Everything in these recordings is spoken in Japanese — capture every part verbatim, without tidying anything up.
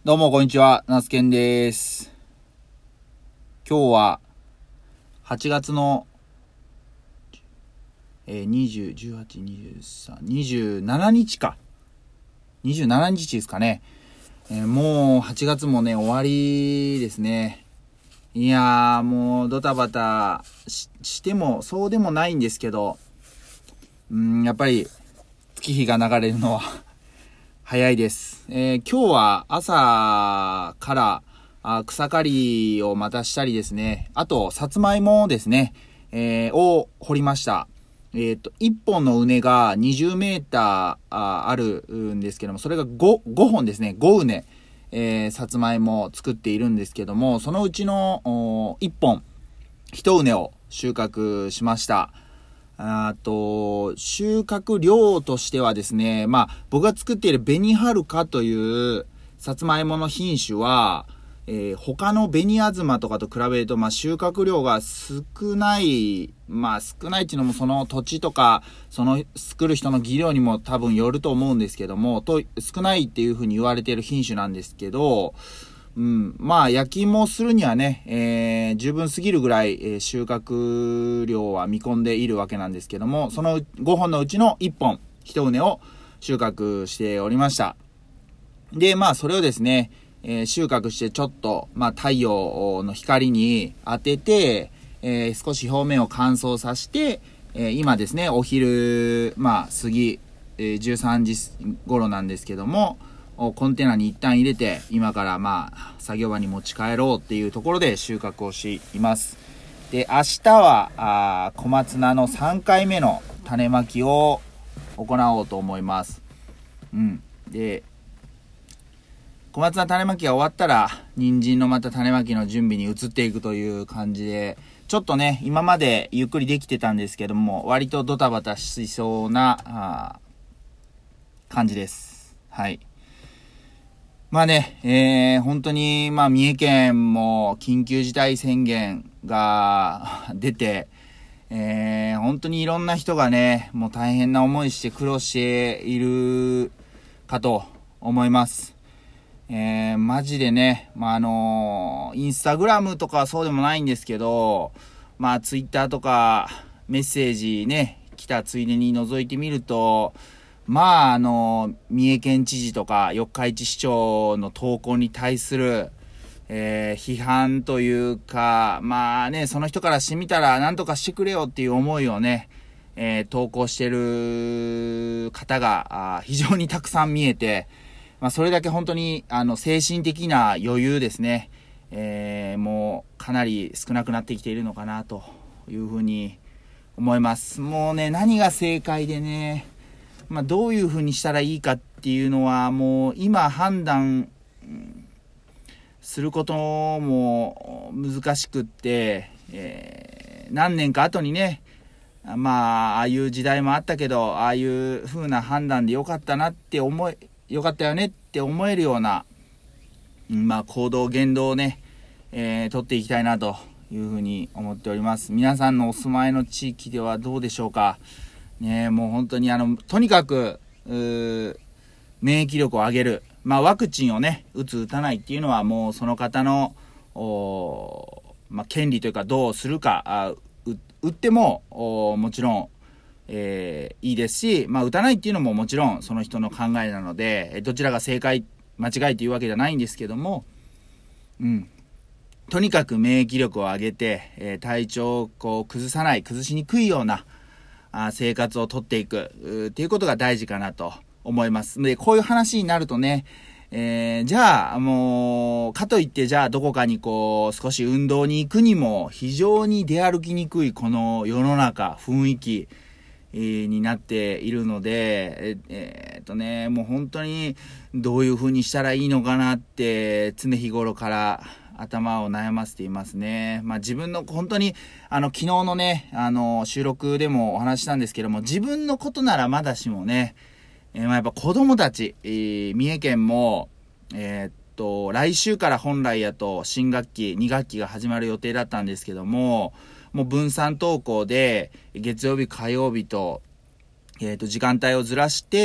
どうもこんにちは、なすけんです。今日ははちがつの、えー、にじゅう、じゅうはち、にじゅうさん、にじゅうしちにちか。にじゅうしちにちですかね。えー、もうはちがつもね、終わりですね。いやー、もうドタバタ し, しても、そうでもないんですけど、うーん、やっぱり月日が流れるのは早いです。えー、今日は朝からあ草刈りをまたしたりですね。あと、さつまいもですね、えー、を掘りました。えっと、いっぽんの畝がにじゅうメーター あ, あるんですけども、それが 5, ごほんですね。ご畝、えー、さつまいもを作っているんですけども、そのうちのいっぽん、いち畝を収穫しました。あと、収穫量としてはですね、まあ、僕が作っている紅はるかというさつまいもの品種は、えー、他の紅あずまとかと比べると、まあ、収穫量が少ない、まあ、少ないっていうのもその土地とか、その作る人の技量にも多分よると思うんですけども、と、少ないっていうふうに言われている品種なんですけど、うん、まあ焼き芋するにはね、えー、十分すぎるぐらい、えー、収穫量は見込んでいるわけなんですけども、そのごほんのうちのいっぽん、いち畝を収穫しておりました。で、まあそれをですね、えー、収穫してちょっと、まあ太陽の光に当てて、えー、少し表面を乾燥させて、えー、今ですね、お昼、まあ過ぎ、えー、じゅうさんじ頃なんですけども、コンテナに一旦入れて、今からまあ作業場に持ち帰ろうっていうところで収穫をしています。で、明日はあ小松菜のさんかいめの種まきを行おうと思います。うん。で、小松菜種まきが終わったら、人参のまた種まきの準備に移っていくという感じで、ちょっとね、今までゆっくりできてたんですけども、割とドタバタしそうなあ感じです。はい。まあね、えー、本当に、まあ、三重県も緊急事態宣言が出て、えー、本当にいろんな人がね、もう大変な思いして苦労しているかと思います。えー、マジでね、まあ、あのー、インスタグラムとかはそうでもないんですけど、まあ、ツイッターとかメッセージね、来たついでに覗いてみると、まあ、あの、三重県知事とか四日市市長の投稿に対する、えー、批判というか、まあね、その人からしてみたら何とかしてくれよっていう思いをね、えー、投稿してる方が非常にたくさん見えて、まあそれだけ本当にあの精神的な余裕ですね、えー、もうかなり少なくなってきているのかなというふうに思います。もうね、何が正解でね、まあ、どういう風にしたらいいかっていうのはもう今判断することも難しくって、えー、何年か後にね、まあああいう時代もあったけど、ああいう風な判断でよかったなって思いよかったよねって思えるような、まあ行動言動をね、えー、取っていきたいなという風に思っております。皆さんのお住まいの地域ではどうでしょうかね。もう本当にあのとにかく免疫力を上げる、まあ、ワクチンをね打つ打たないっていうのはもうその方のまあ、権利というかどうするか、あ打ってももちろん、えー、いいですし、まあ、打たないっていうのももちろんその人の考えなので、どちらが正解間違いというわけじゃないんですけども、うんとにかく免疫力を上げて、えー、体調をこう崩さない、崩しにくいようなあ生活をとっていくっていうことが大事かなと思います。で、こういう話になるとね、えー、じゃあもうかといってじゃあどこかにこう少し運動に行くにも非常に出歩きにくいこの世の中雰囲気、えー、になっているので、ええー、っとねもう本当にどういう風にしたらいいのかなって常日頃から頭を悩ませていますね。まあ自分の本当にあの昨日のねあの収録でもお話したんですけども、自分のことならまだしもね、えー、まあやっぱ子供たち、えー、三重県もえー、っと来週から本来やと新学期に学期が始まる予定だったんですけども、もう分散登校で月曜日火曜日とえー、と時間帯をずらして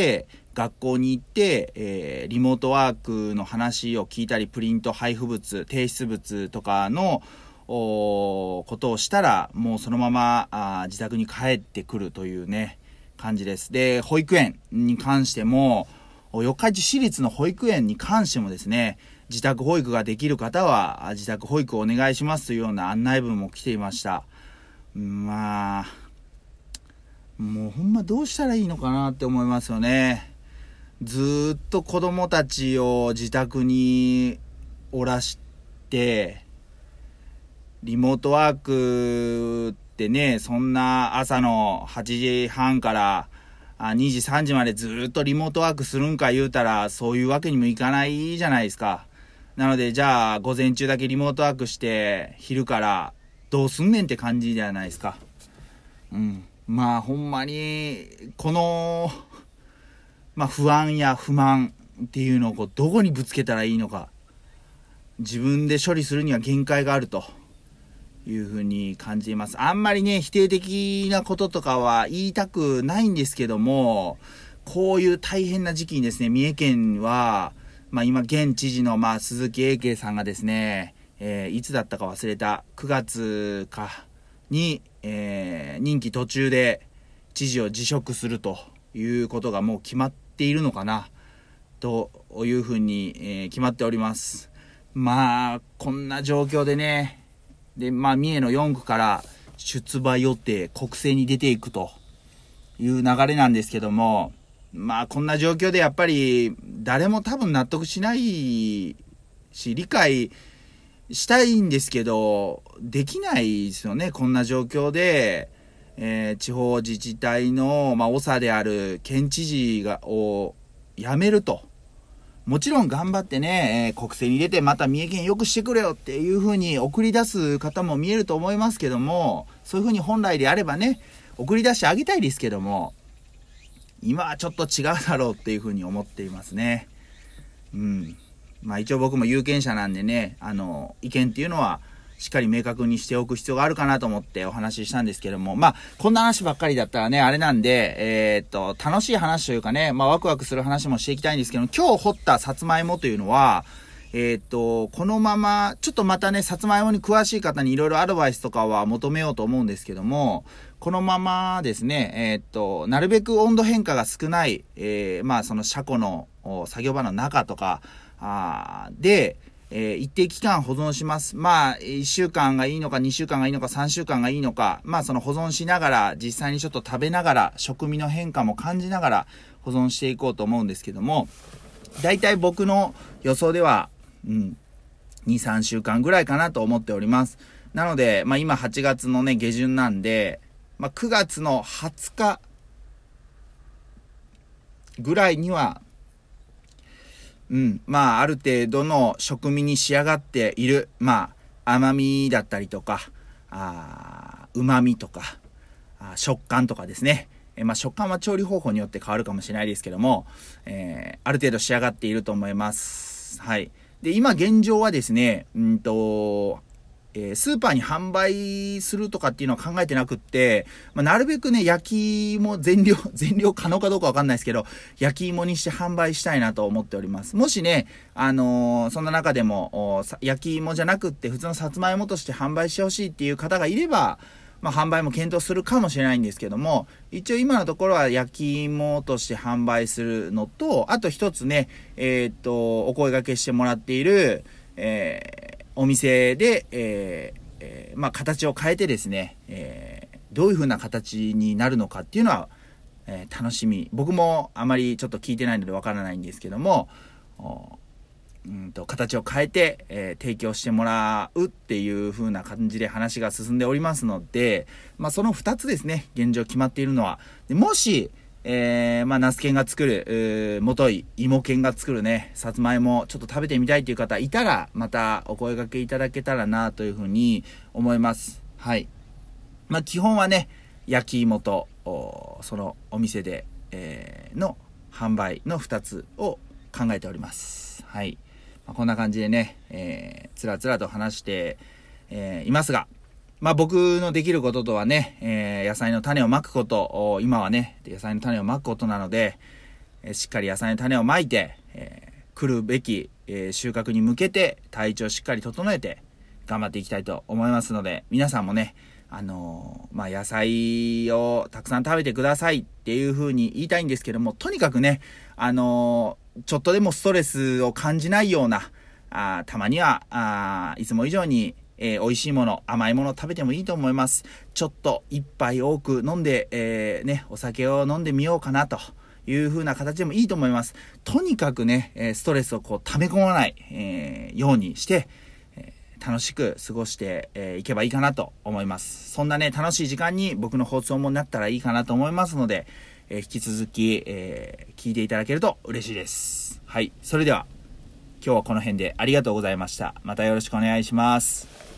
学校に行って、えー、リモートワークの話を聞いたり、プリント配布物、提出物とかのことをしたら、もうそのままあ自宅に帰ってくるというね感じです。で、保育園に関しても、四日市市立の保育園に関してもですね、自宅保育ができる方は自宅保育をお願いしますというような案内文も来ていました。まあもうほんまどうしたらいいのかなって思いますよね。ずーっと子供たちを自宅におらしてリモートワークってね、そんな朝のはちじはんからにじさんじまでずーっとリモートワークするんか言うたら、そういうわけにもいかないじゃないですか。なのでじゃあ午前中だけリモートワークして昼からどうすんねんって感じじゃないですか。うんまあほんまにこのまあ不安や不満っていうのをこうどこにぶつけたらいいのか、自分で処理するには限界があるというふうに感じます。あんまりね否定的なこととかは言いたくないんですけども、こういう大変な時期にですね、三重県はまあ今現知事のまあ鈴木英慶さんがですね、えー、いつだったか忘れたくがつかに、えー、任期途中で知事を辞職するということがもう決まっているのかなというふうに、えー、決まっております。まあこんな状況でね、でまあ三重のよんくから出馬予定、国政に出ていくという流れなんですけども、まあこんな状況でやっぱり誰も多分納得しないし、理解したいんですけどできないですよね。こんな状況で、えー、地方自治体の、まあ、長である県知事がを辞めると。もちろん頑張ってね、えー、国政に出てまた三重県よくしてくれよっていう風に送り出す方も見えると思いますけども、そういう風に本来であればね送り出してあげたいですけども、今はちょっと違うだろうっていう風に思っていますね。うんまあ一応僕も有権者なんでね、あの意見っていうのはしっかり明確にしておく必要があるかなと思ってお話ししたんですけども、まあこんな話ばっかりだったらねあれなんで、えー、っと楽しい話というかね、まあワクワクする話もしていきたいんですけど、今日掘ったさつまいもというのは、えー、っとこのままちょっとまたねさつまいもに詳しい方にいろいろアドバイスとかは求めようと思うんですけども、このままですね、えー、っとなるべく温度変化が少ない、えー、まあその車庫の作業場の中とかあで、えー、一定期間保存します。まあいっしゅうかんがいいのかにしゅうかんがいいのかさんしゅうかんがいいのか、まあその保存しながら実際にちょっと食べながら食味の変化も感じながら保存していこうと思うんですけども、だいたい僕の予想では、うん、にさんしゅうかんぐらいかなと思っております。なので、まあ今はちがつのね下旬なんで、まあくがつのはつかぐらいにはうん、まあある程度の食味に仕上がっている、まあ甘みだったりとか、あ旨味とかあ食感とかですね、えまあ食感は調理方法によって変わるかもしれないですけども、えー、ある程度仕上がっていると思います。はい。で今現状はですね、うんとえー、スーパーに販売するとかっていうのは考えてなくって、まあ、なるべくね焼き芋全量全量可能かどうかわかんないですけど、焼き芋にして販売したいなと思っております。もしねあのー、そんな中でも焼き芋じゃなくって普通のさつまいもとして販売してほしいっていう方がいれば、まあ、販売も検討するかもしれないんですけども、一応今のところは焼き芋として販売するのと、あと一つねえー、っとお声掛けしてもらっている、えーお店で、えーえー、まあ形を変えてですね、えー、どういう風な形になるのかっていうのは、えー、楽しみ。僕もあまりちょっと聞いてないのでわからないんですけども、うんと形を変えて、えー、提供してもらうっていう風な感じで話が進んでおりますので、まあそのふたつですね、現状決まっているのは。でもしえー、まあ、ナスケンが作る、えー、もとい、芋けんが作るね、さつまいもちょっと食べてみたいという方いたら、またお声掛けいただけたらなというふうに思います。はい。まあ、基本はね、焼き芋と、そのお店で、えー、の販売のふたつを考えております。はい。まあ、こんな感じでね、えー、つらつらと話して、えー、いますが、まあ僕のできることとはね、えー、野菜の種をまくこと、今はね、野菜の種をまくことなので、 えー、しっかり野菜の種をまいて、えー、来るべき、えー、収穫に向けて体調をしっかり整えて頑張っていきたいと思いますので、皆さんもね、あのー、まあ、野菜をたくさん食べてくださいっていう風に言いたいんですけども、とにかくね、あのー、ちょっとでもストレスを感じないような、あたまにはあいつも以上に、えー、美味しいもの、甘いものを食べてもいいと思います。ちょっと一杯多く飲んで、えー、ね、お酒を飲んでみようかなという風な形でもいいと思います。とにかくね、ストレスをこう溜め込まない、えー、ようにして、楽しく過ごしてい、えー、けばいいかなと思います。そんなね、楽しい時間に僕の放送もなったらいいかなと思いますので、えー、引き続き、えー、聞いていただけると嬉しいです。はい。それでは、今日はこの辺でありがとうございました。またよろしくお願いします。